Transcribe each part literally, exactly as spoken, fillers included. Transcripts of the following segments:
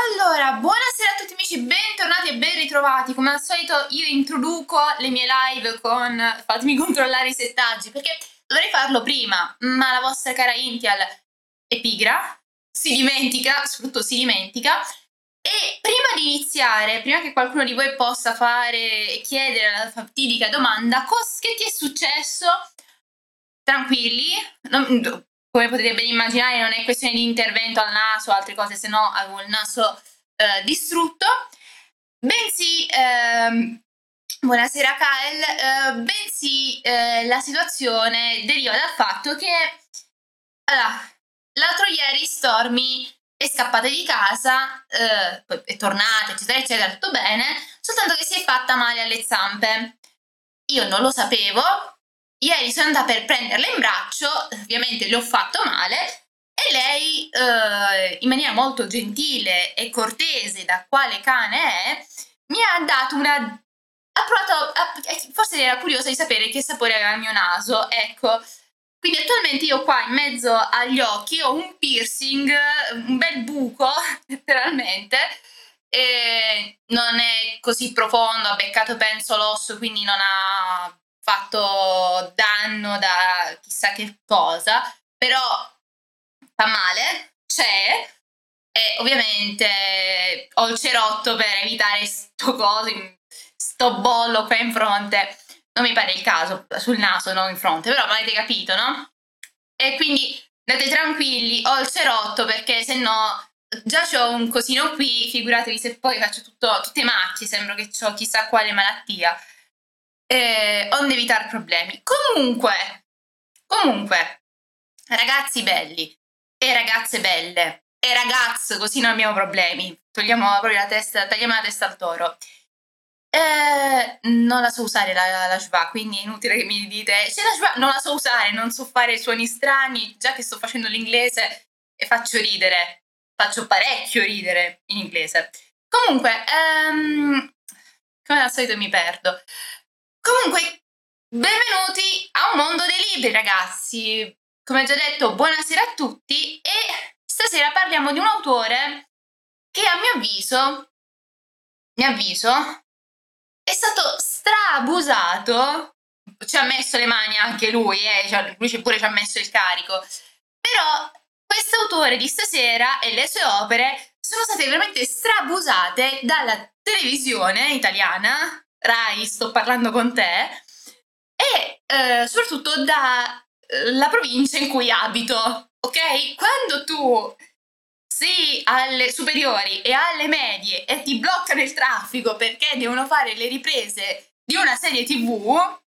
Allora, buonasera a tutti amici, bentornati e ben ritrovati. Come al solito io introduco le mie live con fatemi controllare i settaggi, perché dovrei farlo prima, ma la vostra cara Intial è pigra, si dimentica, soprattutto si dimentica. E prima di iniziare, prima che qualcuno di voi possa fare e chiedere la fatidica domanda, cos- che ti è successo? Tranquilli, non- come potete ben immaginare non è questione di intervento al naso o altre cose, se no avevo il naso eh, distrutto, bensì, ehm, buonasera Kael, eh, bensì eh, la situazione deriva dal fatto che allora, l'altro ieri Stormy è scappata di casa, eh, poi è tornata, eccetera, eccetera, tutto bene, soltanto che si è fatta male alle zampe. Io non lo sapevo, ieri sono andata per prenderla in braccio, ovviamente le ho fatto male e lei, eh, in maniera molto gentile e cortese, da quale cane è, mi ha dato una... ha provato, a- forse era curiosa di sapere che sapore aveva il mio naso, ecco. Quindi attualmente io qua in mezzo agli occhi ho un piercing, un bel buco, letteralmente, e non è così profondo, ha beccato penso l'osso, quindi non ha fatto danno da chissà che cosa, però fa male, c'è, e ovviamente ho il cerotto per evitare sto coso, sto bollo qua in fronte. Non mi pare il caso, sul naso, non in fronte, però avete capito, no? E quindi state tranquilli, ho il cerotto perché se no già c'ho un cosino qui, figuratevi se poi faccio tutto, tutte macchie, sembra che ho chissà quale malattia. Eh, onde evitare problemi. Comunque, comunque, ragazzi belli e ragazze belle e ragazzo, così non abbiamo problemi. Togliamo proprio la testa, tagliamo la testa al toro. Eh, non la so usare la, la schwa, quindi è inutile che mi dite c'è la schwa, non la so usare, non so fare suoni strani, già che sto facendo l'inglese e faccio ridere, faccio parecchio ridere in inglese. Comunque, ehm, come al solito mi perdo. Comunque, benvenuti a un mondo dei libri, ragazzi. Come già detto, buonasera a tutti e stasera parliamo di un autore che a mio avviso, mio avviso, è stato straabusato, ci ha messo le mani anche lui, eh, cioè, lui pure ci ha messo il carico, però quest'autore di stasera e le sue opere sono state veramente strabusate dalla televisione italiana, Rai, sto parlando con te, e eh, soprattutto dalla provincia in cui abito, ok? Quando tu sì, alle superiori e alle medie e ti bloccano il traffico perché devono fare le riprese di una serie tivù,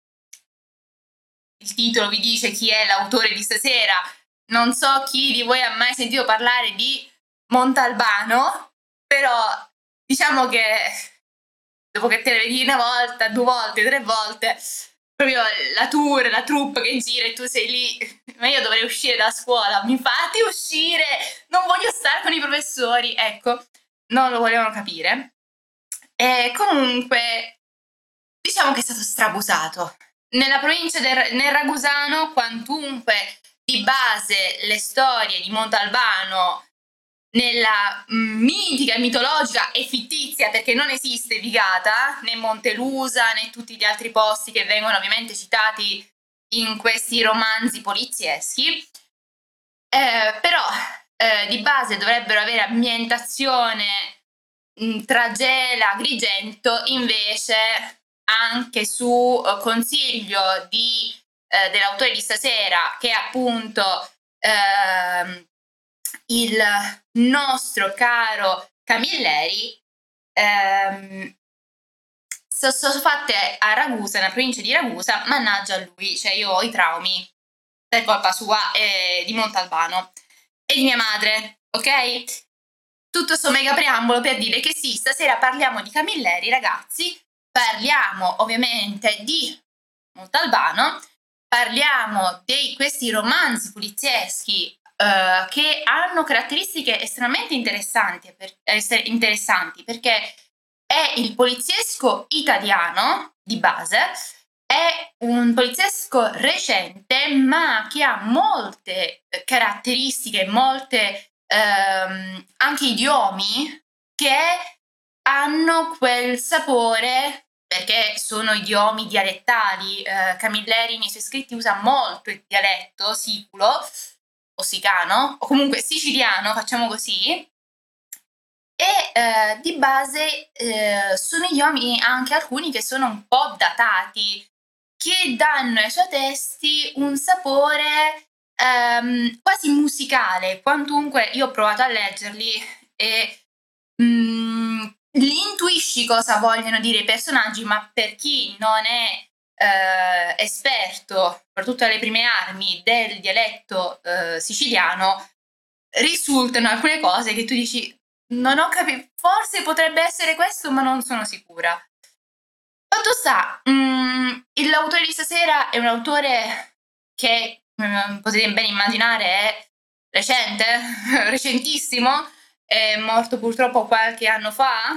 il titolo vi dice chi è l'autore di stasera, non so chi di voi ha mai sentito parlare di Montalbano, però diciamo che dopo che te le vedi una volta, due volte, tre volte, proprio la tour, la troupe che gira e tu sei lì, ma io dovrei uscire da scuola, mi fate uscire, non voglio stare con i professori, ecco, non lo volevano capire. E comunque, diciamo che è stato strabusato. Nella provincia del, nel Ragusano, quantunque di base le storie di Montalbano nella mitica, mitologica e fittizia, perché non esiste Vigata, né Montelusa, né tutti gli altri posti che vengono ovviamente citati in questi romanzi polizieschi, eh, però eh, di base dovrebbero avere ambientazione mh, tra Gela, Agrigento, invece anche su eh, consiglio di, eh, dell'autore di stasera, che è appunto ehm, il nostro caro Camilleri, ehm, sono so fatte a Ragusa, nella provincia di Ragusa, mannaggia a lui, cioè io ho i traumi per colpa sua e di Montalbano e di mia madre, ok? Tutto sto mega preambolo per dire che sì, stasera parliamo di Camilleri, ragazzi, parliamo ovviamente di Montalbano, parliamo di questi romanzi polizieschi uh, che hanno caratteristiche estremamente interessanti, per, eh, interessanti perché è il poliziesco italiano di base, è un poliziesco recente ma che ha molte caratteristiche, molte ehm, anche idiomi che hanno quel sapore, perché sono idiomi dialettali. eh, Camilleri nei suoi scritti usa molto il dialetto siculo, o sicano, o comunque siciliano, facciamo così, e eh, di base eh, sono idiomi anche alcuni che sono un po' datati, che danno ai suoi testi un sapore ehm, quasi musicale. Quantunque io ho provato a leggerli e mm, li intuisci cosa vogliono dire i personaggi, ma per chi non è eh, esperto, soprattutto alle prime armi, del dialetto eh, siciliano, risultano alcune cose che tu dici non ho capito, forse potrebbe essere questo, ma non sono sicura. Fatto sta, mm, l'autore di stasera è un autore che mm, potete ben immaginare è recente, recentissimo, è morto purtroppo qualche anno fa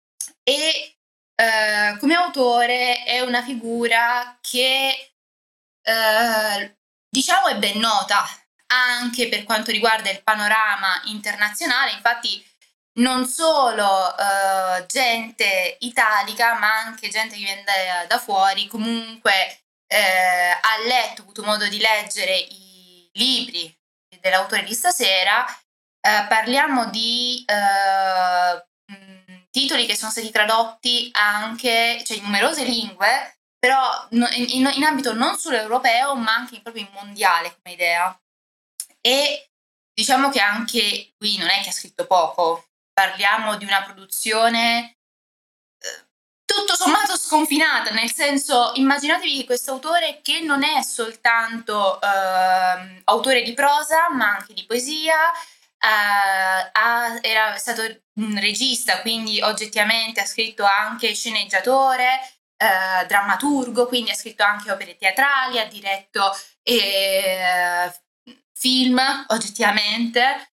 e eh, come autore è una figura che eh, diciamo è ben nota anche per quanto riguarda il panorama internazionale. Infatti non solo eh, gente italica, ma anche gente che viene da, da fuori, comunque eh, ha letto, ha avuto modo di leggere i libri dell'autore di stasera. Eh, parliamo di eh, mh, titoli che sono stati tradotti anche, cioè in numerose lingue, però no- in, in ambito non solo europeo, ma anche proprio in mondiale come idea. E diciamo che anche qui non è che ha scritto poco, parliamo di una produzione eh, tutto sommato sconfinata, nel senso, immaginatevi questo autore che non è soltanto eh, autore di prosa, ma anche di poesia, eh, ha, era stato un regista, quindi oggettivamente ha scritto anche sceneggiatore, eh, drammaturgo, quindi ha scritto anche opere teatrali, ha diretto eh, film, oggettivamente,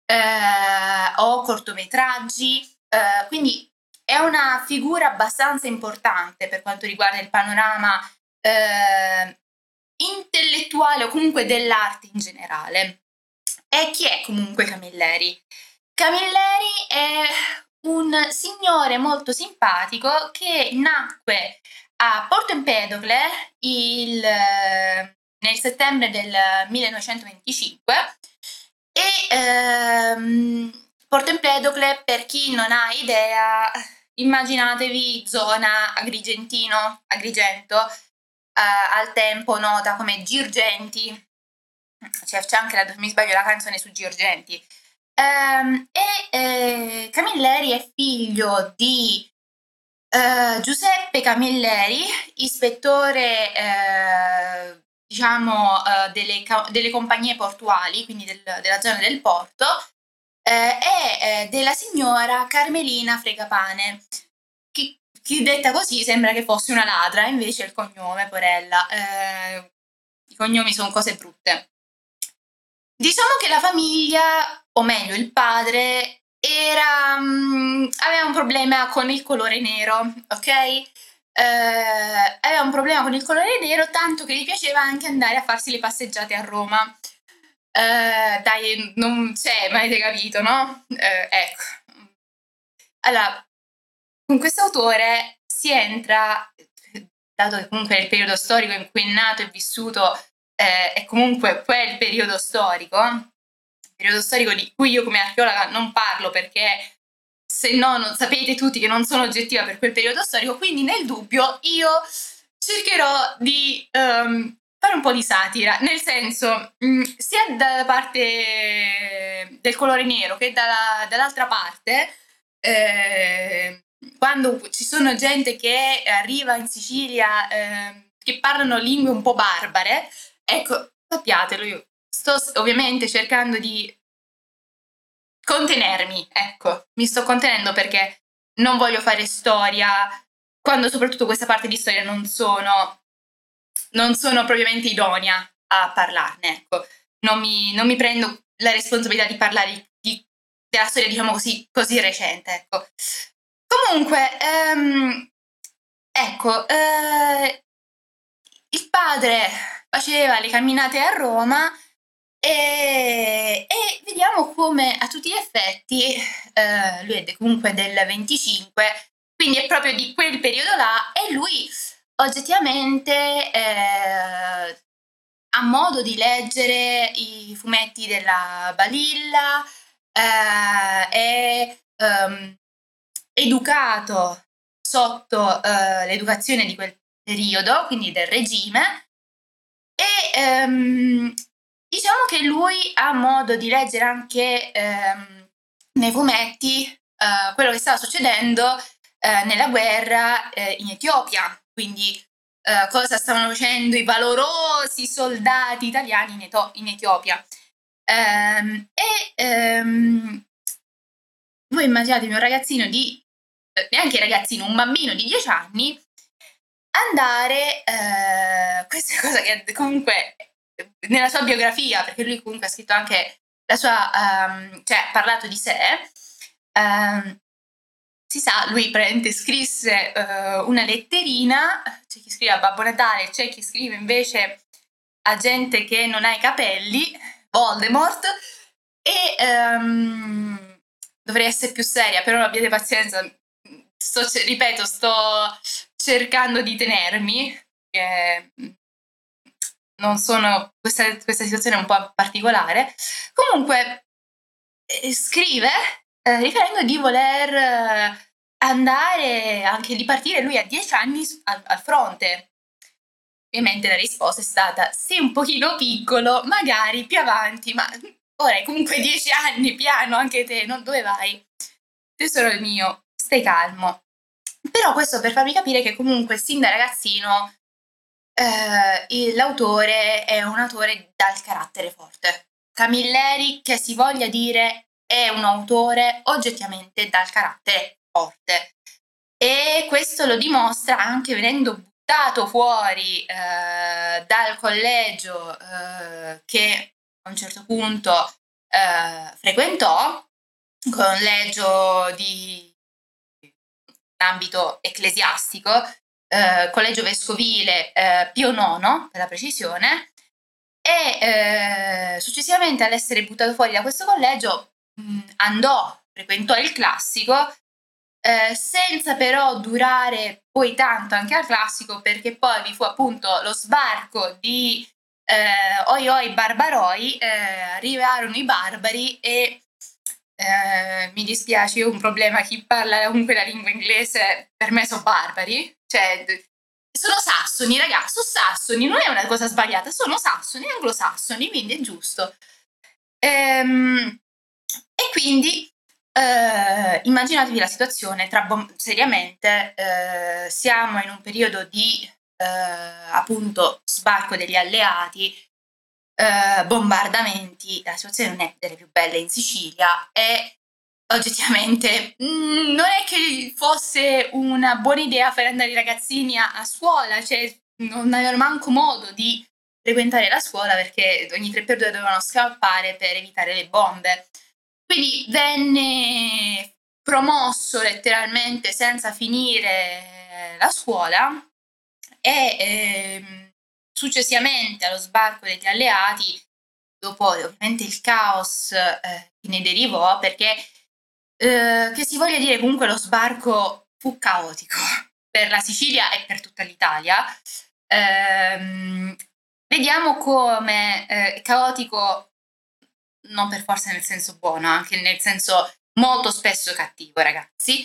eh, o cortometraggi, eh, quindi è una figura abbastanza importante per quanto riguarda il panorama eh, intellettuale o comunque dell'arte in generale. E chi è comunque Camilleri? Camilleri è un signore molto simpatico che nacque a Porto Empedocle il, nel settembre del millenovecentoventicinque e ehm, Porto Empedocle, per chi non ha idea, immaginatevi zona Agrigentino, Agrigento, eh, al tempo nota come Girgenti, c'è, c'è anche, la, se mi sbaglio, la canzone su Girgenti. Ehm, e eh, Camilleri è figlio di eh, Giuseppe Camilleri, ispettore eh, diciamo eh, delle, delle compagnie portuali, quindi del, della zona del porto, eh, e eh, della signora Carmelina Fregapane. Chi, chi detta così sembra che fosse una ladra, invece il cognome, porella. Eh, I cognomi sono cose brutte. Diciamo che la famiglia, o meglio il padre, era, mm, aveva un problema con il colore nero, ok? Eh, aveva un problema con il colore nero, tanto che gli piaceva anche andare a farsi le passeggiate a Roma. Eh, dai, non c'è, ma avete capito, no? Eh, ecco. Allora, con questo autore si entra, dato che comunque è il periodo storico in cui è nato e vissuto, eh, è comunque quel periodo storico, periodo storico di cui io come archeologa non parlo perché se no non sapete tutti che non sono oggettiva per quel periodo storico, quindi nel dubbio io cercherò di um, fare un po' di satira, nel senso mh, sia dalla parte del colore nero che dalla, dall'altra parte, eh, quando ci sono gente che arriva in Sicilia eh, che parlano lingue un po' barbare, ecco, sappiatelo, io sto ovviamente cercando di contenermi, ecco, mi sto contenendo perché non voglio fare storia, quando soprattutto questa parte di storia non sono, non sono propriamente idonea a parlarne, ecco. Non mi, non mi prendo la responsabilità di parlare di, della storia, diciamo così, così recente, ecco. Comunque, ehm, ecco, eh, il padre faceva le camminate a Roma E, e vediamo come a tutti gli effetti, eh, lui è de- comunque del venticinque, quindi è proprio di quel periodo là, e lui oggettivamente eh, ha modo di leggere i fumetti della Balilla, eh, è ehm, educato sotto eh, l'educazione di quel periodo, quindi del regime, e ehm, diciamo che lui ha modo di leggere anche ehm, nei fumetti eh, quello che stava succedendo eh, nella guerra eh, in Etiopia, quindi eh, cosa stavano facendo i valorosi soldati italiani in, Eto- in Etiopia. Ehm, e ehm, voi immaginatevi un ragazzino di, eh, neanche ragazzino, un bambino di dieci anni andare, eh, questa è una cosa che comunque nella sua biografia, perché lui comunque ha scritto anche la sua, um, cioè ha parlato di sé, um, si sa, lui praticamente scrisse uh, una letterina, c'è chi scrive a Babbo Natale, c'è chi scrive invece a gente che non ha i capelli, Voldemort, e um, dovrei essere più seria, però abbiate pazienza, sto, ripeto, sto cercando di tenermi, che non sono, questa, questa situazione è un po' particolare. Comunque eh, scrive eh, riferendo di voler eh, andare, anche di partire lui a dieci anni al, al fronte. Ovviamente la risposta è stata sì, un pochino piccolo, magari più avanti, ma ora hai comunque dieci anni, piano anche te, non dove vai? Tesoro il mio, stai calmo. Però questo per farvi capire che comunque sin da ragazzino eh, l'autore è un autore dal carattere forte. Camilleri, che si voglia dire, è un autore oggettivamente dal carattere forte. E questo lo dimostra anche venendo buttato fuori eh, dal collegio eh, che a un certo punto eh, frequentò, collegio di ambito ecclesiastico, eh, collegio vescovile eh, Pio nono, per la precisione, e eh, successivamente all'essere buttato fuori da questo collegio mh, andò, frequentò il classico, eh, senza però durare poi tanto anche al classico, perché poi vi fu appunto lo sbarco di eh, oi oi barbaroi, eh, arrivarono i barbari e eh, mi dispiace, io ho un problema, chi parla comunque la lingua inglese per me sono barbari, cioè sono sassoni, ragazzi, sono sassoni, non è una cosa sbagliata, sono sassoni, anglosassoni, quindi è giusto. Ehm, e quindi eh, immaginatevi la situazione, tra bom- seriamente eh, siamo in un periodo di eh, appunto sbarco degli alleati, eh, bombardamenti, la situazione non è delle più belle in Sicilia e oggettivamente mh, non è che fosse una buona idea fare andare i ragazzini a, a scuola, cioè non avevano manco modo di frequentare la scuola perché ogni tre per due dovevano scappare per evitare le bombe. Quindi venne promosso letteralmente senza finire la scuola e ehm, successivamente allo sbarco degli alleati, dopo ovviamente il caos eh, che ne derivò, perché eh, che si voglia dire comunque lo sbarco fu caotico per la Sicilia e per tutta l'Italia. Ehm, vediamo come eh, caotico non per forza nel senso buono, anche nel senso molto spesso cattivo, ragazzi.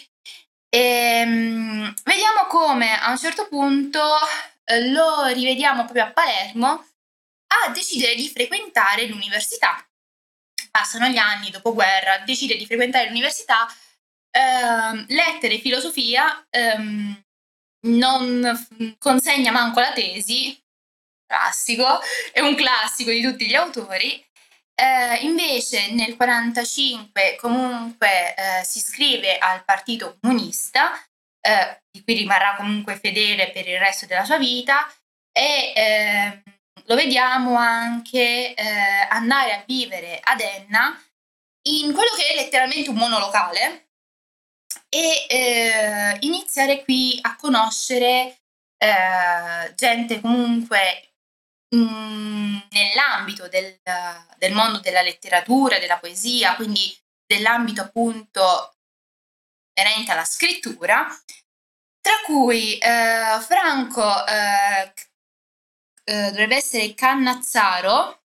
Ehm, vediamo come a un certo punto eh, lo rivediamo proprio a Palermo a decidere di frequentare l'università. Passano gli anni, dopoguerra, decide di frequentare l'università, ehm, lettere e filosofia, ehm, non f- consegna manco la tesi, classico, è un classico di tutti gli autori. Eh, invece nel quarantacinque comunque eh, si iscrive al Partito Comunista, eh, di cui rimarrà comunque fedele per il resto della sua vita, e eh, lo vediamo anche eh, andare a vivere ad Enna in quello che è letteralmente un monolocale e eh, iniziare qui a conoscere eh, gente comunque mh, nell'ambito del, del mondo della letteratura, della poesia, quindi dell'ambito appunto inerente alla scrittura, tra cui eh, Franco eh, eh, dovrebbe essere Cannazzaro,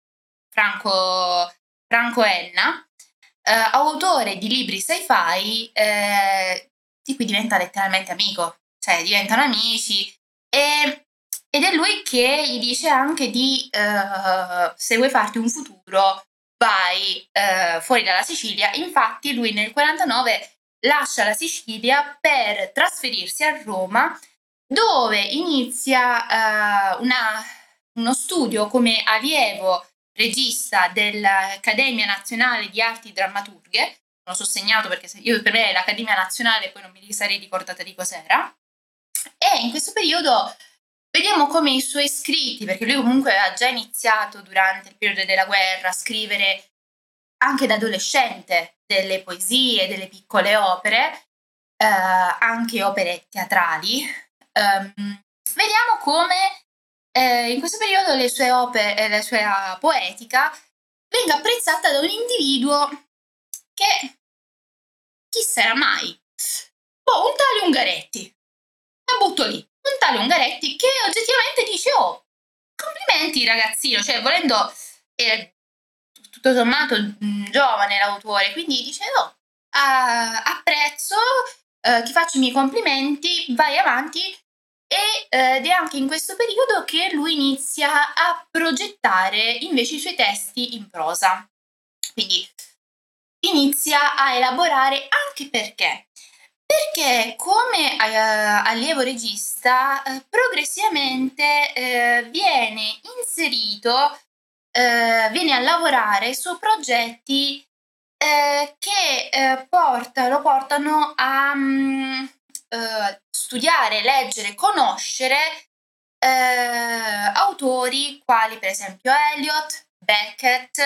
Franco, Franco Enna, eh, autore di libri sci-fi eh, di cui diventa letteralmente amico, cioè diventano amici e, ed è lui che gli dice anche di eh, se vuoi farti un futuro vai eh, fuori dalla Sicilia. Infatti lui nel quarantanove lascia la Sicilia per trasferirsi a Roma, dove inizia eh, una, uno studio come allievo regista dell'Accademia Nazionale di Arti Drammaturghe. Non lo so segnato perché se io per me è l'Accademia Nazionale poi non mi sarei ricordata di cos'era. E in questo periodo vediamo come i suoi scritti, perché lui comunque aveva già iniziato durante il periodo della guerra a scrivere anche da adolescente delle poesie, delle piccole opere, eh, anche opere teatrali. Um, vediamo come eh, in questo periodo le sue opere, eh, la sua poetica venga apprezzata da un individuo che chi sarà mai? Oh, un tale Ungaretti. La butto lì. Un tale Ungaretti che oggettivamente dice: oh, complimenti ragazzino, cioè volendo eh, tutto sommato mh, giovane l'autore, quindi dice: oh, ah, apprezzo, eh, ti faccio i miei complimenti, vai avanti. E, eh, ed è anche in questo periodo che lui inizia a progettare invece i suoi testi in prosa. Quindi inizia a elaborare, anche perché perché come eh, allievo regista eh, progressivamente eh, viene inserito, eh, viene a lavorare su progetti eh, che eh, porta, lo portano a mm, eh, studiare, leggere, conoscere eh, autori quali per esempio Eliot, Beckett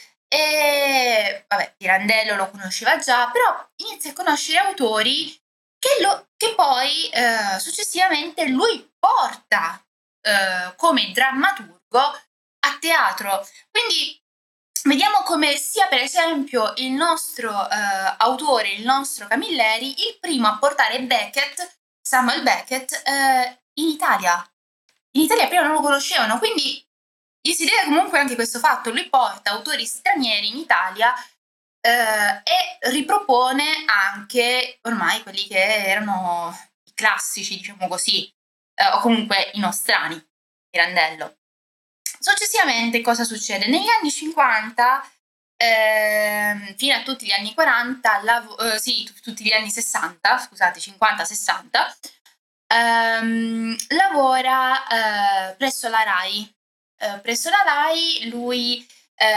e vabbè, Pirandello lo conosceva già, però inizia a conoscere autori che, lo, che poi eh, successivamente lui porta eh, come drammaturgo a teatro. Quindi vediamo come sia per esempio il nostro eh, autore, il nostro Camilleri, il primo a portare Beckett, Samuel Beckett, eh, in Italia. In Italia prima non lo conoscevano, quindi gli si deve comunque anche questo fatto. Lui porta autori stranieri in Italia eh, e ripropone anche ormai quelli che erano i classici, diciamo così, eh, o comunque i nostrani, Pirandello. Successivamente cosa succede? Negli anni cinquanta, ehm, fino a tutti gli anni quaranta, lav- eh, sì, t- tutti gli anni sessanta, scusate, cinquanta sessanta, ehm, lavora eh, presso la RAI. Eh, presso la RAI lui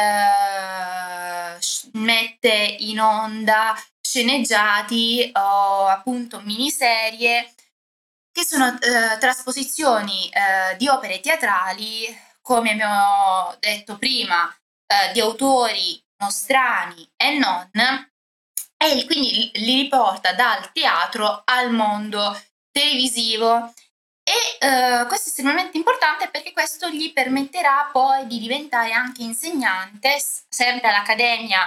eh, mette in onda sceneggiati o appunto miniserie che sono eh, trasposizioni eh, di opere teatrali, come abbiamo detto prima, eh, di autori nostrani e non, e quindi li riporta dal teatro al mondo televisivo. E eh, questo è estremamente importante perché questo gli permetterà poi di diventare anche insegnante, sempre all'Accademia,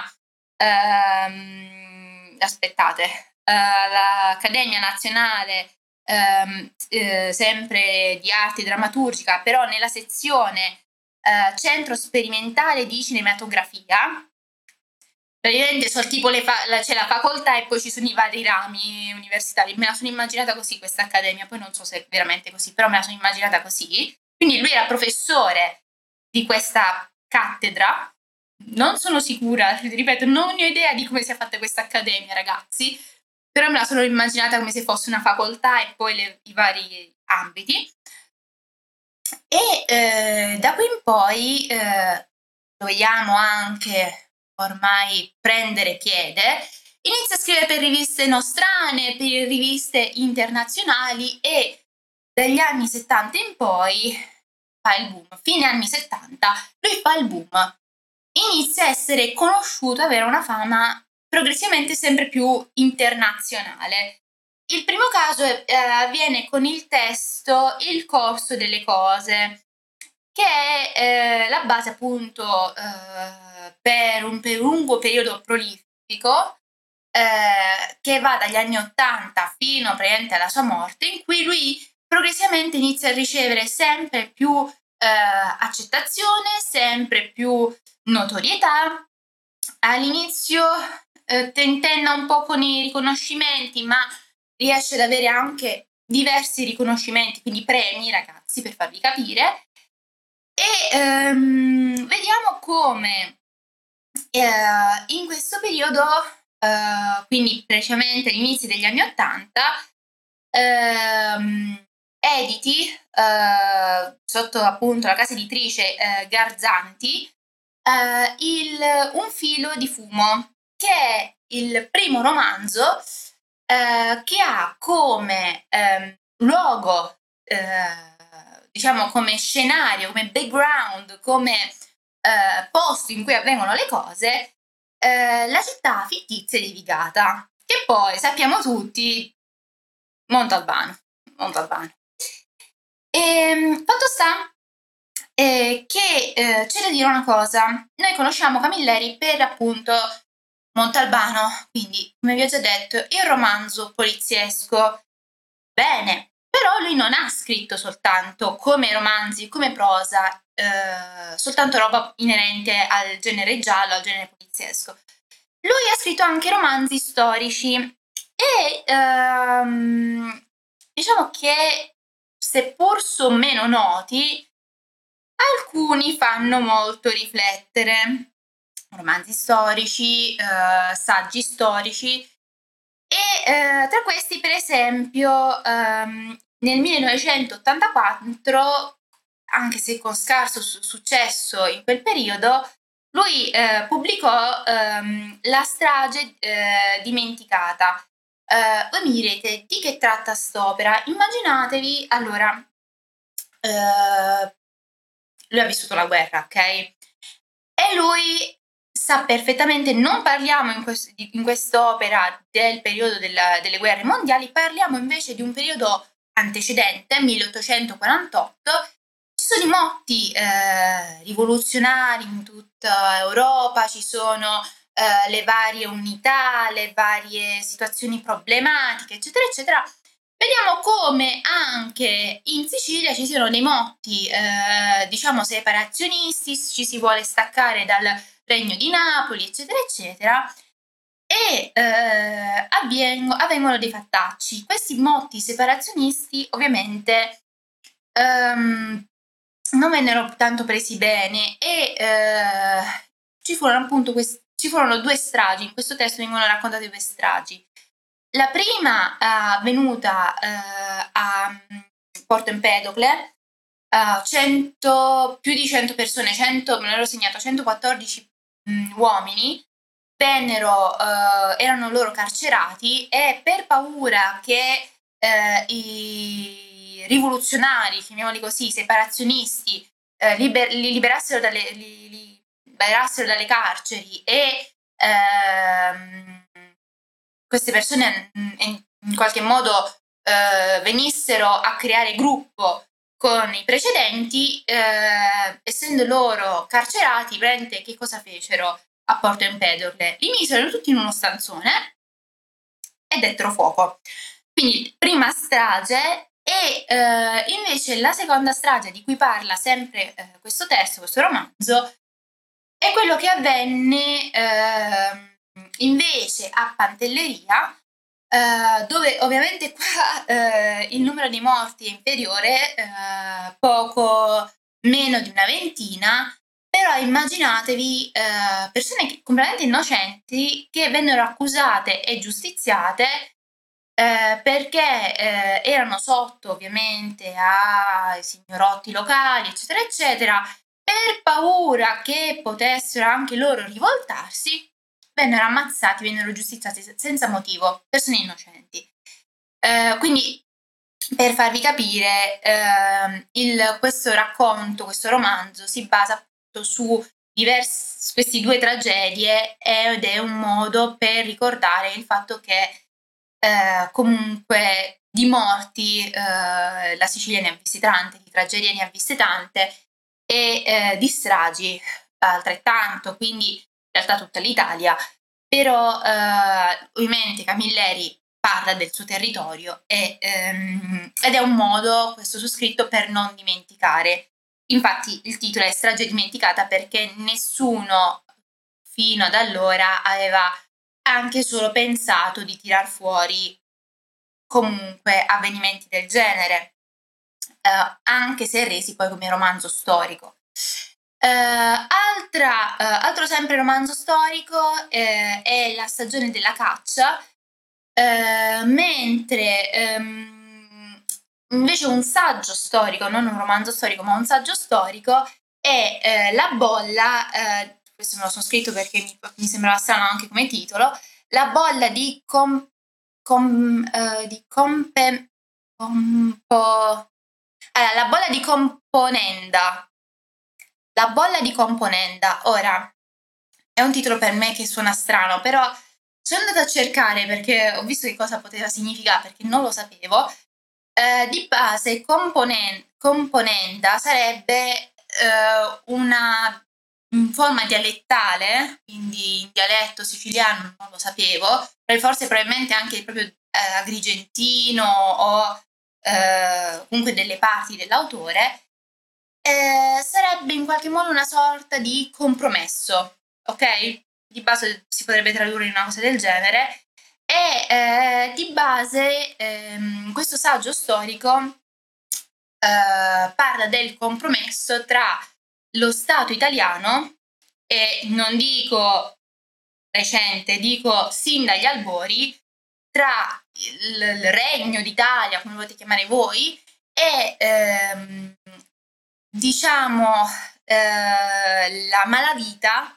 ehm, aspettate, eh, l'Accademia Nazionale ehm, eh, sempre di arte drammaturgica, però nella sezione eh, Centro Sperimentale di Cinematografia. Praticamente so tipo le fa- la, c'è la facoltà e poi ci sono i vari rami universitari. Me la sono immaginata così questa accademia, poi non so se è veramente così, però me la sono immaginata così. Quindi lui era professore di questa cattedra. Non sono sicura, ripeto, non ho idea di come sia fatta questa accademia, ragazzi, però me la sono immaginata come se fosse una facoltà e poi le, i vari ambiti. E eh, da qui in poi eh, lo vediamo anche ormai prendere piede, inizia a scrivere per riviste nostrane, per riviste internazionali e dagli anni settanta in poi fa il boom. Fine anni settanta lui fa il boom, inizia a essere conosciuto, avere una fama progressivamente sempre più internazionale. Il primo caso eh, avviene con il testo Il corso delle cose. che è eh, la base appunto eh, per un per lungo periodo prolifico eh, che va dagli anni ottanta fino praticamente alla sua morte, in cui lui progressivamente inizia a ricevere sempre più eh, accettazione, sempre più notorietà. All'inizio eh, tentenna un po' con i riconoscimenti, ma riesce ad avere anche diversi riconoscimenti, quindi premi, ragazzi, per farvi capire. E ehm, vediamo come eh, in questo periodo, eh, quindi precisamente all'inizio degli anni Ottanta, ehm, editi eh, sotto appunto la casa editrice eh, Garzanti eh, il, Un filo di fumo, che è il primo romanzo eh, che ha come ehm, luogo, eh, diciamo come scenario, come background, come eh, posto in cui avvengono le cose, eh, la città fittizia di Vigata, che poi sappiamo tutti, Montalbano. Montalbano. E, fatto sta eh, che eh, c'è da dire una cosa, noi conosciamo Camilleri per appunto Montalbano, quindi come vi ho già detto il romanzo poliziesco. Bene, però lui non ha scritto soltanto come romanzi, come prosa, eh, soltanto roba inerente al genere giallo, al genere poliziesco. Lui ha scritto anche romanzi storici e ehm, diciamo che seppur sono meno noti, alcuni fanno molto riflettere. Romanzi storici, eh, saggi storici e eh, tra questi per esempio ehm, nel millenovecentottantaquattro, anche se con scarso su- successo in quel periodo, lui eh, pubblicò ehm, La strage eh, dimenticata. Eh, voi mi direte di che tratta st'opera? Immaginatevi, allora, eh, lui ha vissuto la guerra, ok? E lui sa perfettamente, non parliamo in, quest- di- in quest'opera del periodo della- delle guerre mondiali, parliamo invece di un periodo antecedente, milleottocentoquarantotto. Ci sono i motti eh, rivoluzionari in tutta Europa, ci sono eh, le varie unità, le varie situazioni problematiche, eccetera, eccetera. Vediamo come anche in Sicilia ci siano dei motti, eh, diciamo, separazionisti, ci si vuole staccare dal Regno di Napoli, eccetera, eccetera, e eh, avvengo- avvengono dei fattacci. Questi motti separazionisti ovviamente ehm, non vennero tanto presi bene e eh, ci furono appunto quest- ci furono due stragi, in questo testo vengono raccontate due stragi. La prima è avvenuta eh, a mm, Porto Empedocle, uh, cento, più di cento persone, cento, me l'ero segnato, centoquattordici mh, uomini, vennero, uh, erano loro carcerati e per paura che uh, i rivoluzionari, chiamiamoli così, i separazionisti, uh, liber- li liberassero dalle, li, li liberassero dalle carceri e ehm, queste persone mh, in, in qualche modo eh, venissero a creare gruppo con i precedenti, eh, essendo loro carcerati, praticamente che cosa fecero a Porto Empedocle? Li misero tutti in uno stanzone e dettero fuoco. Quindi prima strage e eh, invece la seconda strage di cui parla sempre eh, questo testo, questo romanzo, è quello che avvenne eh, invece a Pantelleria, eh, dove ovviamente qua eh, il numero di morti è inferiore, eh, poco meno di una ventina, però immaginatevi eh, persone che- completamente innocenti che vennero accusate e giustiziate eh, perché eh, erano sotto ovviamente ai signorotti locali, eccetera, eccetera, per paura che potessero anche loro rivoltarsi, vennero ammazzati, vennero giustiziati se- senza motivo, persone innocenti. Eh, quindi, per farvi capire, ehm, il- questo racconto, questo romanzo si basa appunto su diversi, queste due tragedie ed è un modo per ricordare il fatto che eh, comunque di morti eh, la Sicilia ne ha viste tante, di tragedie ne ha viste tante e eh, di stragi altrettanto, quindi in realtà tutta l'Italia, però eh, ovviamente Camilleri parla del suo territorio e, ehm, ed è un modo, questo suo scritto, per non dimenticare. Infatti il titolo è Strage dimenticata perché nessuno fino ad allora aveva anche solo pensato di tirar fuori comunque avvenimenti del genere, eh, anche se resi poi come romanzo storico. Eh, altra, eh, altro sempre romanzo storico eh, è La stagione della caccia, eh, mentre ehm, invece un saggio storico, non un romanzo storico ma un saggio storico, è eh, La bolla, eh, questo me lo sono scritto perché mi, mi sembrava strano anche come titolo, La bolla di, com, com, eh, di compe, compo, allora, La bolla di componenda. La bolla di componenda. Ora, è un titolo per me che suona strano, però sono andata a cercare perché ho visto che cosa poteva significare, perché non lo sapevo. Eh, di base, componen- componenda sarebbe eh, una in forma dialettale, quindi in dialetto siciliano non lo sapevo, forse probabilmente anche proprio eh, agrigentino o eh, comunque delle parti dell'autore, eh, sarebbe in qualche modo una sorta di compromesso, ok? Di base si potrebbe tradurre in una cosa del genere. E eh, di base ehm, questo saggio storico eh, parla del compromesso tra lo Stato italiano, e non dico recente, dico sin dagli albori, tra il, il regno d'Italia, come volete chiamare voi, e ehm, diciamo eh, la malavita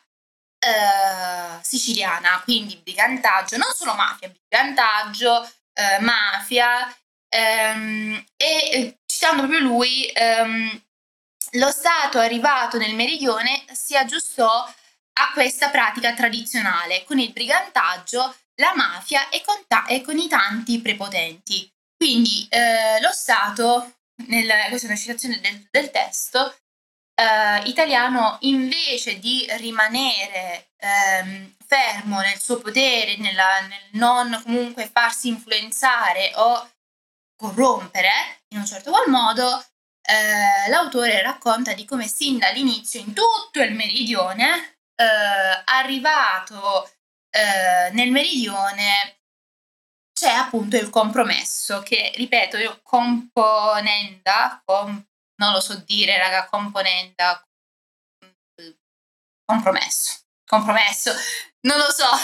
eh, siciliana, quindi brigantaggio, non solo mafia, brigantaggio, eh, mafia, ehm, e eh, citando proprio lui, ehm, lo Stato arrivato nel meridione si aggiustò a questa pratica tradizionale con il brigantaggio, la mafia e con, ta- e con i tanti prepotenti. Quindi eh, lo Stato, nel, questa è una citazione del, del testo, eh, italiano, invece di rimanere ehm, fermo nel suo potere, nella, nel non comunque farsi influenzare o corrompere in un certo qual modo, eh, l'autore racconta di come sin dall'inizio in tutto il meridione, eh, arrivato eh, nel meridione, c'è appunto il compromesso che, ripeto, io componenda, com- non lo so dire, raga, componenda, compromesso, compromesso, non lo so.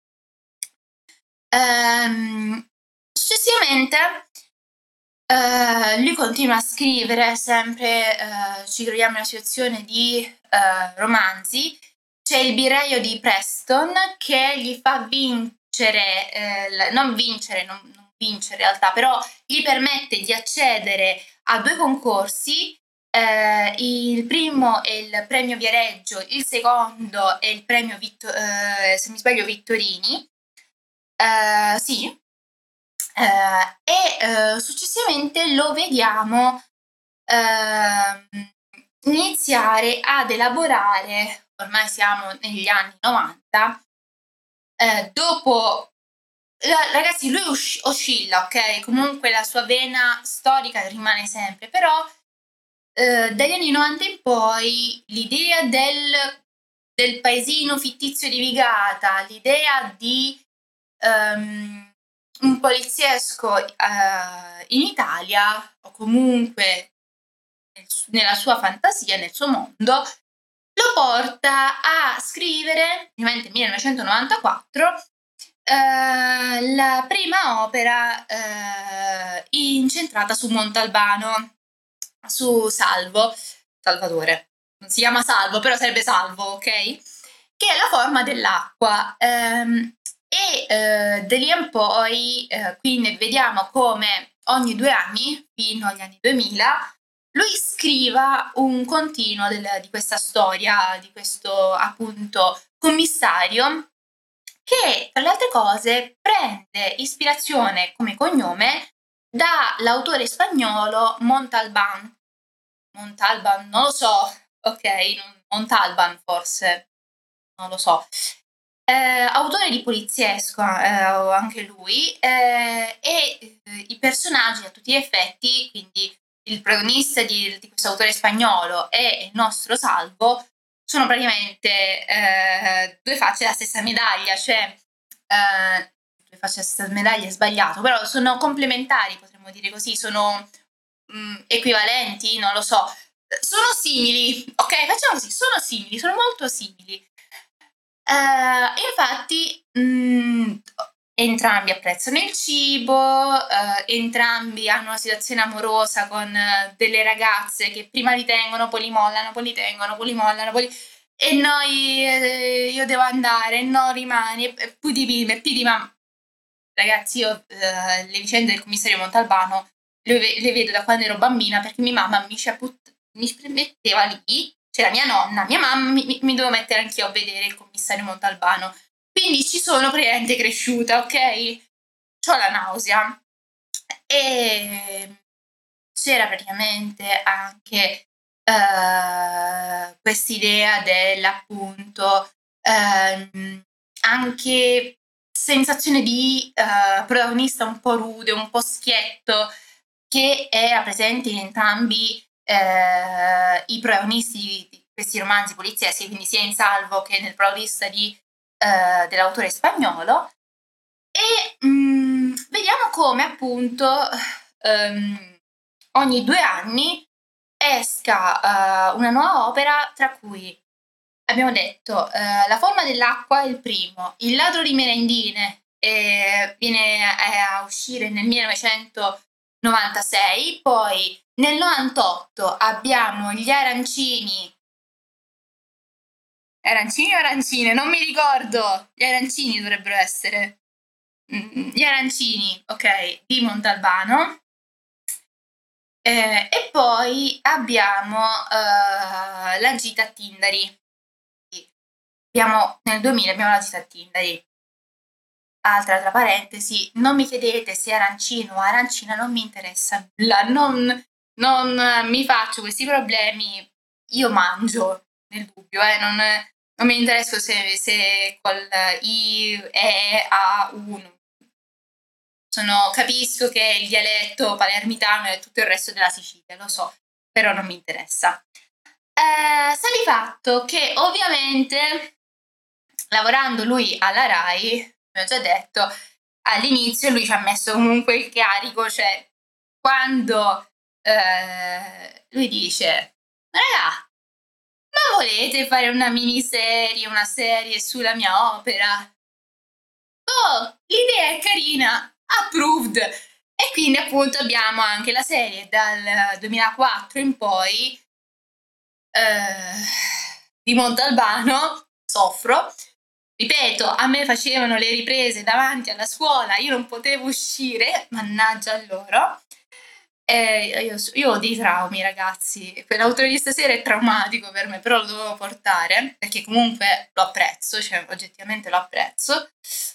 Ehm, successivamente Uh, lui continua a scrivere, sempre uh, ci troviamo in una situazione di uh, romanzi. C'è il birraio di Preston che gli fa vincere, eh, non vincere, non, non vince in realtà, però gli permette di accedere a due concorsi. Eh, il primo è il premio Viareggio, il secondo è il premio, Vitto- eh, se mi sbaglio, Vittorini. Eh, sì, eh, e eh, successivamente lo vediamo ehm, iniziare ad elaborare, ormai siamo negli anni novanta, eh, dopo, la- ragazzi, lui usci- oscilla, ok? Comunque la sua vena storica rimane sempre, però eh, dagli anni novanta in poi l'idea del, del paesino fittizio di Vigata, l'idea di ehm, un poliziesco eh, in Italia, o comunque nel nella sua fantasia, nel suo mondo, lo porta a scrivere, ovviamente millenovecentonovantaquattro, eh, la prima opera eh, incentrata su Montalbano, su Salvo, Salvatore. Non si chiama Salvo, però sarebbe Salvo, ok? Che è la forma dell'acqua. Ehm, e eh, da lì in poi, eh, quindi vediamo come ogni due anni, fino agli anni duemila, lui scriva un continuo del, di questa storia, di questo appunto commissario, che tra le altre cose prende ispirazione come cognome dall'autore spagnolo Montalbán. Montalbán, non lo so, ok? Non- Montalban forse, non lo so. Eh, autore di poliziesco, eh, anche lui, eh, e eh, i personaggi a tutti gli effetti, quindi il protagonista di, di questo autore spagnolo e il nostro Salvo, sono praticamente eh, due facce della stessa medaglia, cioè eh, due facce della stessa medaglia è sbagliato, però sono complementari, potremmo dire così, sono mh, equivalenti, non lo so, sono simili, ok? Facciamo così, sono simili, sono molto simili. Eh, infatti, mh, entrambi apprezzano il cibo, eh, entrambi hanno una situazione amorosa con eh, delle ragazze che prima li tengono, poi li mollano, poi li tengono, poi li mollano, poi li... E noi, eh, io devo andare, no, rimani, e e poi di Pim, e poi ma ragazzi, io eh, le vicende del commissario Montalbano le, ve- le vedo da quando ero bambina perché mia mamma mi, ci apput- mi metteva lì, c'era mia nonna, mia mamma, mi, mi, mi dovevo mettere anch'io a vedere il commissario Montalbano. Quindi ci sono praticamente cresciuta, ok? C'ho la nausea. E c'era praticamente anche eh, quest'idea dell'appunto ehm, anche sensazione di eh, protagonista un po' rude, un po' schietto, che era presente in entrambi eh, i protagonisti di, di questi romanzi polizieschi, quindi sia in Salvo che nel protagonista di, eh, dell'autore spagnolo. E mh, vediamo come appunto ehm, ogni due anni esca uh, una nuova opera, tra cui abbiamo detto uh, La forma dell'acqua è il primo, Il ladro di merendine eh, viene a uscire nel millenovecentonovantasei, poi nel novantotto abbiamo Gli arancini. Arancini o arancine? Non mi ricordo. Gli arancini dovrebbero essere. Mm, Gli arancini, ok, di Montalbano. Eh, e poi abbiamo eh, la gita a Tindari. Abbiamo, nel duemila abbiamo la gita a Tindari. Altra tra parentesi, non mi chiedete se è arancino o arancina, non mi interessa nulla, non, non mi faccio questi problemi, io mangio nel dubbio, eh, non, non mi interessa se, se col I, E, A, U. Sono, capisco che il dialetto palermitano è tutto il resto della Sicilia, lo so, però non mi interessa. Eh, sta di fatto che ovviamente lavorando lui alla RAI, come ho già detto, all'inizio lui ci ha messo comunque il carico, cioè quando eh, lui dice, raga, ma volete fare una miniserie, una serie sulla mia opera? Oh, l'idea è carina, approved. E quindi appunto abbiamo anche la serie dal duemilaquattro in poi eh, di Montalbano, soffro. Ripeto, a me facevano le riprese davanti alla scuola, io non potevo uscire, mannaggia a loro. Eh, io, io ho dei traumi, ragazzi. Quell'autore di stasera è traumatico per me, però lo dovevo portare perché comunque lo apprezzo, cioè oggettivamente lo apprezzo.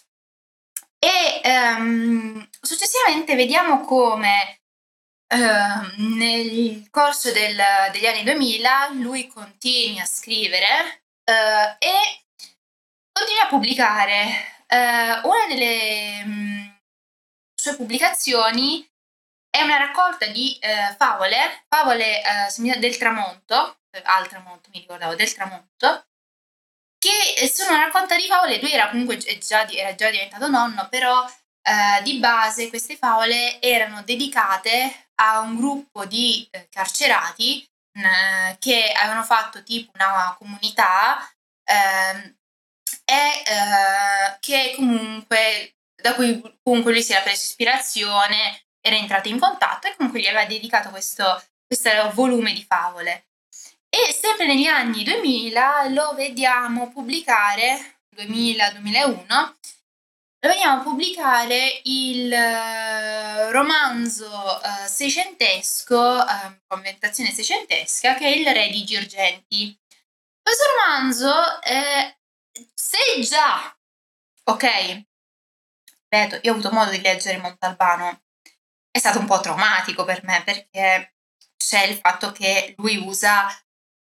E ehm, successivamente vediamo come ehm, nel corso del- degli anni duemila lui continua a scrivere eh, e continua a pubblicare. Eh, una delle mh, sue pubblicazioni è una raccolta di eh, favole, favole eh, del tramonto, eh, al tramonto mi ricordavo, del tramonto, che sono una raccolta di favole. Lui era comunque già, era già diventato nonno, però eh, di base queste favole erano dedicate a un gruppo di eh, carcerati mh, che avevano fatto tipo una comunità ehm, e eh, che comunque da cui comunque lui si era preso ispirazione, era entrato in contatto e comunque gli aveva dedicato questo, questo volume di favole. E sempre negli anni duemila lo vediamo pubblicare, duemila-duemilauno, lo vediamo pubblicare il eh, romanzo eh, seicentesco, eh, ambientazione seicentesca, che è Il Re di Girgenti. Questo romanzo, eh, se già, ok, ripeto, io ho avuto modo di leggere Montalbano, è stato un po' traumatico per me perché c'è il fatto che lui usa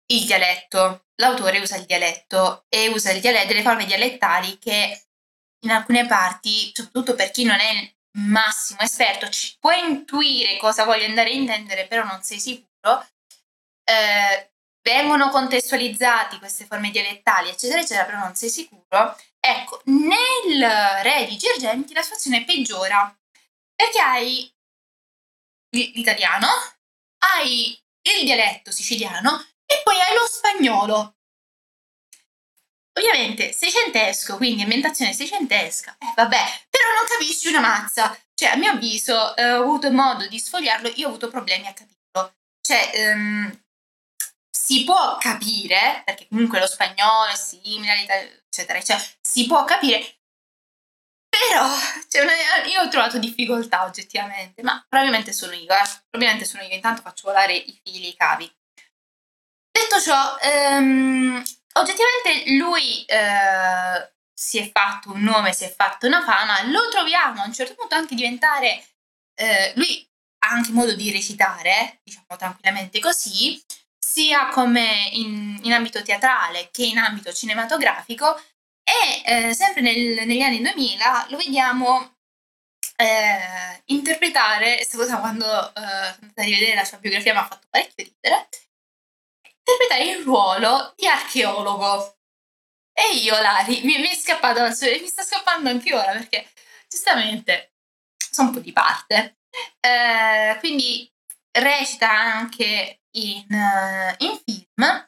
il dialetto. L'autore usa il dialetto e usa il dialetto, delle forme dialettali che in alcune parti, soprattutto per chi non è il massimo esperto, ci può intuire cosa voglia andare a intendere, però non sei sicuro. Eh, vengono contestualizzati queste forme dialettali, eccetera, eccetera, però non sei sicuro. Ecco, nel Re di Girgenti la situazione peggiora, perché hai l'italiano, hai il dialetto siciliano e poi hai lo spagnolo. Ovviamente seicentesco, quindi ambientazione seicentesca, eh vabbè, però non capisci una mazza. Cioè, a mio avviso, eh, ho avuto modo di sfogliarlo, io ho avuto problemi a capirlo. Cioè, ehm, si può capire, perché comunque lo spagnolo è simile all'italiano, eccetera, eccetera, si può capire, però cioè, io ho trovato difficoltà oggettivamente, ma probabilmente sono io, eh. Probabilmente sono io, intanto faccio volare i fili, i cavi. Detto ciò, ehm, oggettivamente lui eh, si è fatto un nome, si è fatto una fama, lo troviamo a un certo punto anche diventare, eh, lui ha anche modo di recitare, diciamo tranquillamente così, sia come in, in ambito teatrale che in ambito cinematografico e eh, sempre nel, negli anni duemila lo vediamo eh, interpretare, questa cosa quando eh, sono andata a rivedere la sua biografia mi ha fatto parecchio ridere, interpretare il ruolo di archeologo. E io, Lari, mi, mi è scappato dal suo, mi sta scappando anche ora perché giustamente sono un po' di parte. Eh, quindi recita anche in, uh, in film.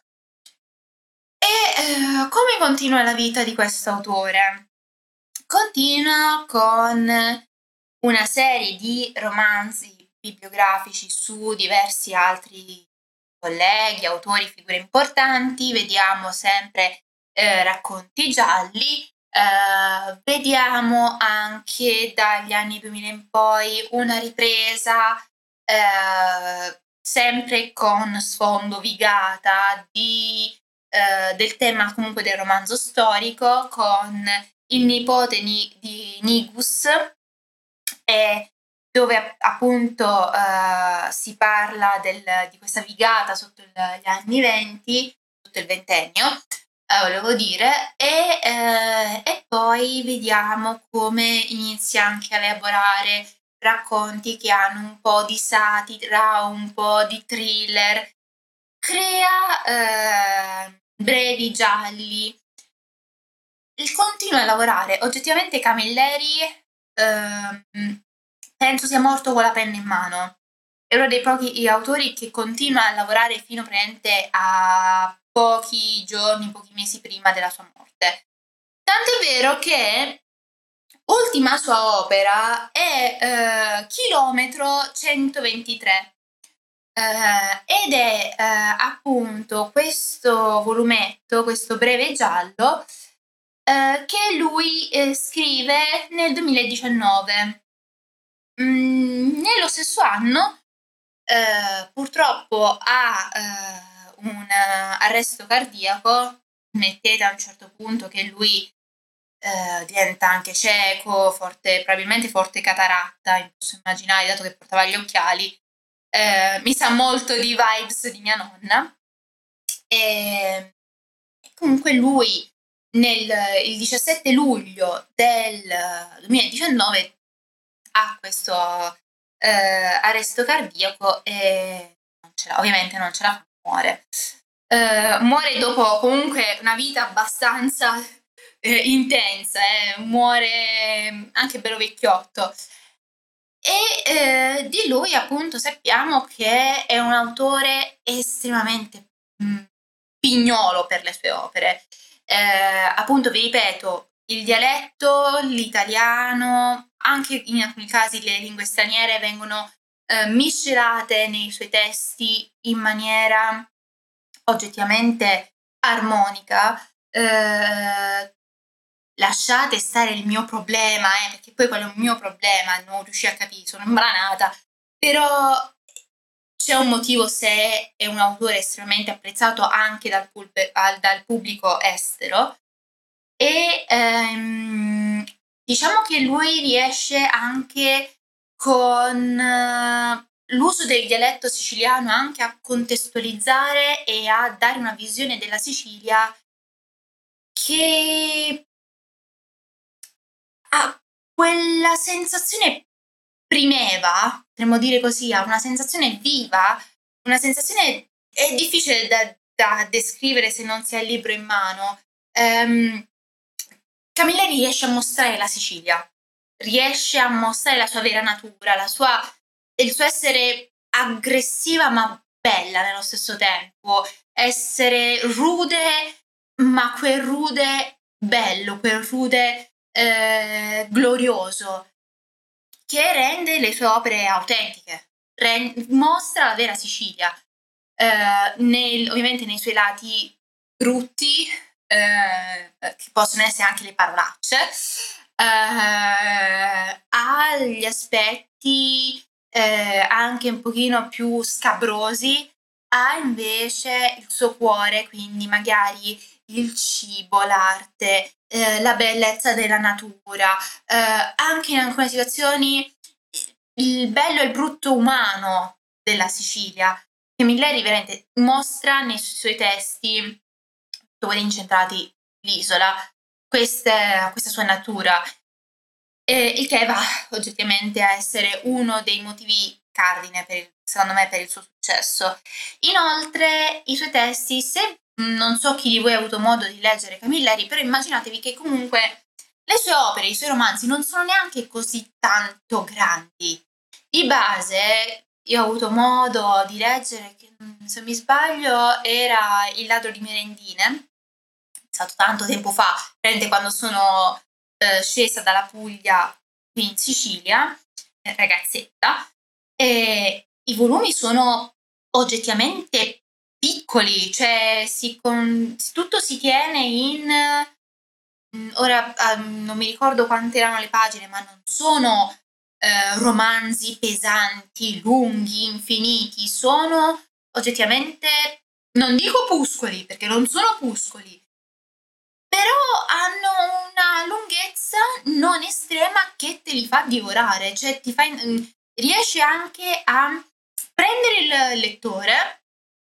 E eh, come continua la vita di questo autore? Continua con una serie di romanzi bibliografici su diversi altri colleghi, autori, figure importanti, vediamo sempre eh, racconti gialli, eh, vediamo anche dagli anni duemila in poi una ripresa eh, sempre con sfondo Vigata di, eh, del tema comunque del romanzo storico con il nipote ni- di Nigus, e dove appunto uh, si parla del, di questa vigata sotto il, gli anni venti, sotto il ventennio, uh, volevo dire, e, uh, e poi vediamo come inizia anche a elaborare racconti che hanno un po' di satira, un po' di thriller, crea uh, brevi gialli. Il continua a lavorare, oggettivamente Camilleri ehm, penso sia morto con la penna in mano. È uno dei pochi autori che continua a lavorare fino praticamente a pochi giorni, pochi mesi prima della sua morte. Tanto è vero che ultima sua opera è eh, Chilometro centoventitré. Uh, ed è uh, appunto questo volumetto, questo breve giallo uh, che lui uh, scrive nel duemiladiciannove. Mm, nello stesso anno uh, purtroppo ha uh, un arresto cardiaco, mettete a un certo punto che lui uh, diventa anche cieco, forte, probabilmente forte cataratta, posso immaginare dato che portava gli occhiali. Eh, mi sa molto di vibes di mia nonna e comunque lui nel il diciassette luglio del duemiladiciannove ha questo eh, arresto cardiaco e non ce la, ovviamente non ce la fa, muore. Eh, muore dopo comunque una vita abbastanza eh, intensa, eh, muore anche bello vecchiotto. E eh, di lui appunto sappiamo che è un autore estremamente mh, pignolo per le sue opere. Eh, appunto vi ripeto, il dialetto, l'italiano, anche in alcuni casi le lingue straniere vengono eh, miscelate nei suoi testi in maniera oggettivamente armonica. Eh, lasciate stare il mio problema, eh, perché poi quello è un mio problema, non riuscii a capire, sono imbranata, però c'è un motivo se è un autore estremamente apprezzato anche dal, pul- dal pubblico estero e ehm, diciamo che lui riesce anche con uh, l'uso del dialetto siciliano anche a contestualizzare e a dare una visione della Sicilia che ha quella sensazione primeva, potremmo dire così, ha una sensazione viva, una sensazione è difficile da da descrivere se non si ha il libro in mano. Ehm, Camilleri riesce a mostrare la Sicilia, riesce a mostrare la sua vera natura, la sua il suo essere aggressiva ma bella nello stesso tempo, essere rude, ma quel rude bello, quel rude, ehm, glorioso, che rende le sue opere autentiche, ren mostra la vera Sicilia, ehm, nel ovviamente nei suoi lati brutti, ehm, che possono essere anche le parolacce, ehm, ha gli aspetti, ehm, anche un pochino più scabrosi, ha invece il suo cuore, quindi magari il cibo, l'arte, ehm, la bellezza della natura, ehm, anche in alcune situazioni il bello e il brutto umano della Sicilia, che Milleri veramente mostra nei suoi testi, dove incentrati l'isola, queste questa sua natura, ehm, il che va oggettivamente a essere uno dei motivi cardine per il secondo me, per il suo successo. Inoltre i suoi testi, se mhmm, non so chi di voi ha avuto modo di leggere Camilleri, però immaginatevi che comunque le sue opere, i suoi romanzi non sono neanche così tanto grandi. Di base io ho avuto modo di leggere che, mhmm, se non mi sbaglio era Il ladro di merendine, è stato tanto tempo fa, praticamente quando sono, ehm, scesa dalla Puglia qui in Sicilia, eh, ragazzetta, e i volumi sono oggettivamente piccoli, cioè si con tutto si tiene in mhmm, ora, uhm, non mi ricordo quante erano le pagine, ma non sono, ehm, romanzi pesanti, lunghi, infiniti, sono oggettivamente non dico opuscoli, perché non sono opuscoli, però hanno una lunghezza non estrema che te li fa divorare, cioè ti fa in mhmm, riesci anche a prendere il lettore,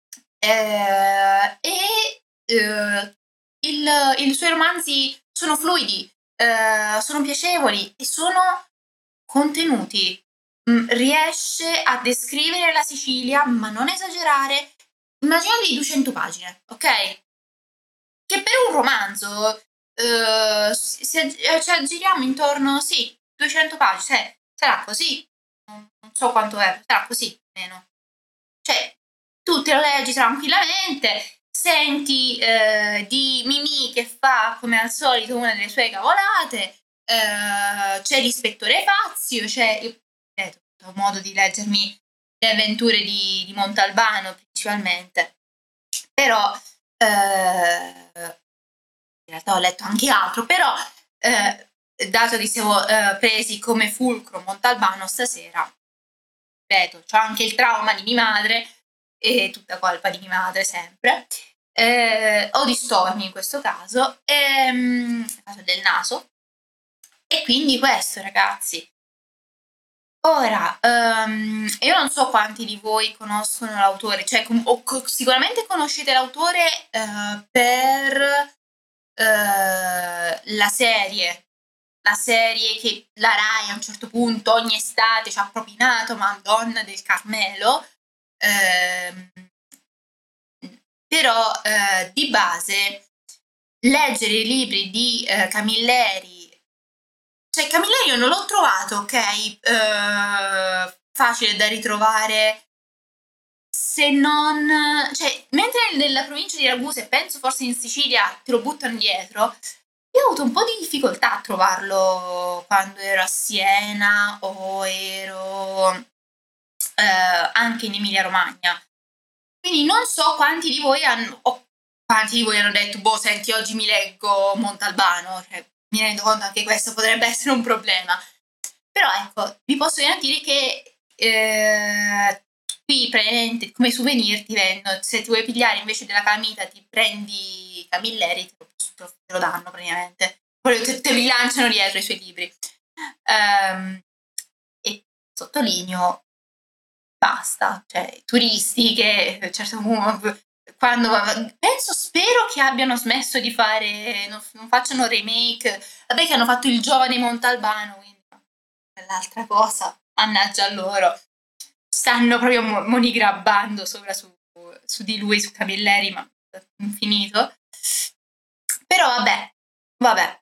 ehm, e, uhm, il i suoi romanzi sono fluidi, ehm, sono piacevoli e sono contenuti. Mhmm, riesce a descrivere la Sicilia, ma non esagerare. Immaginatevi duecento pagine, okay? Che per un romanzo, uhm, s si agg ehm, ci aggiriamo intorno sì, duecento pagi cioè sarà così, non non so quanto è, sarà così più o meno. Cioè, tu te lo leggi tranquillamente, senti, ehm, di Mimì che fa come al solito una delle sue cavolate, ehm, c'è l'ispettore Fazio, c'è io ripeto, ho avuto modo di leggermi le avventure di di Montalbano principalmente, però, ehm in realtà ho letto anche altro, però, ehm, dato che siamo, ehm, presi come fulcro Montalbano stasera, ripeto, c'ho anche il trauma di mi madre, e tutta colpa di mi madre sempre, ehm, o di Stormi in questo caso, ehm, nel caso del naso, e quindi questo ragazzi. Ora, uhm, io non so quanti di voi conoscono l'autore, cioè com o co sicuramente conoscete l'autore, uhm, per, uhm, la serie. La serie che la Rai a un certo punto ogni estate c'ha propinato Madonna del Carmelo, ehm, mhmm, però, ehm, di base leggere i libri di, ehm, Camilleri, cioè Camilleri io non l'ho trovato, okay, uhm, facile da ritrovare, se non cioè mentre nella provincia di Ragusa e penso forse in Sicilia te lo buttano dietro, io ho avuto un po' di difficoltà a trovarlo quando ero a Siena o ero, ehm, anche in Emilia Romagna. Quindi non so quanti di voi hanno o quanti di voi hanno detto: "Boh, senti oggi mi leggo Montalbano", cioè mi rendo conto anche questo potrebbe essere un problema. Però ecco, vi posso garantire che, ehm, qui praticamente come souvenir ti vendono se ti vuoi pigliare invece della calamita ti prendi Camilleri, te lo te lo danno praticamente. Poi te te li lanciano dietro i suoi libri. Ehm, e sottolineo basta, cioè turisti che a un certo punto quando penso spero che abbiano smesso di fare non, non facciano remake, vabbè che hanno fatto il giovane Montalbano, quindi quell'altra cosa, mannaggia loro, stanno proprio mo- monigrabbando sopra su, su di lui, su Camilleri, ma infinito. Però vabbè, vabbè.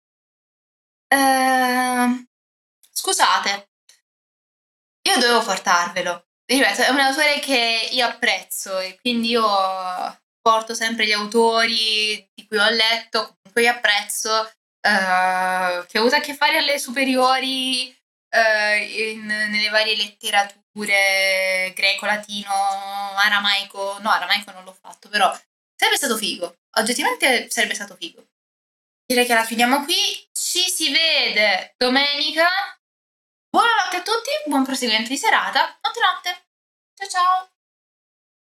Ehm, scusate, io dovevo portarvelo. Ripeto, è un autore che io apprezzo e quindi io porto sempre gli autori di cui ho letto, comunque io apprezzo, eh, che ho avuto a che fare alle superiori, eh, in- nelle varie letterature greco, latino, aramaico. No, aramaico non l'ho fatto, però sarebbe stato figo. Oggettivamente sarebbe stato figo. Direi che la chiudiamo qui. Ci si vede domenica. Buonanotte a tutti, buon proseguimento di serata. Notte notte. Ciao ciao.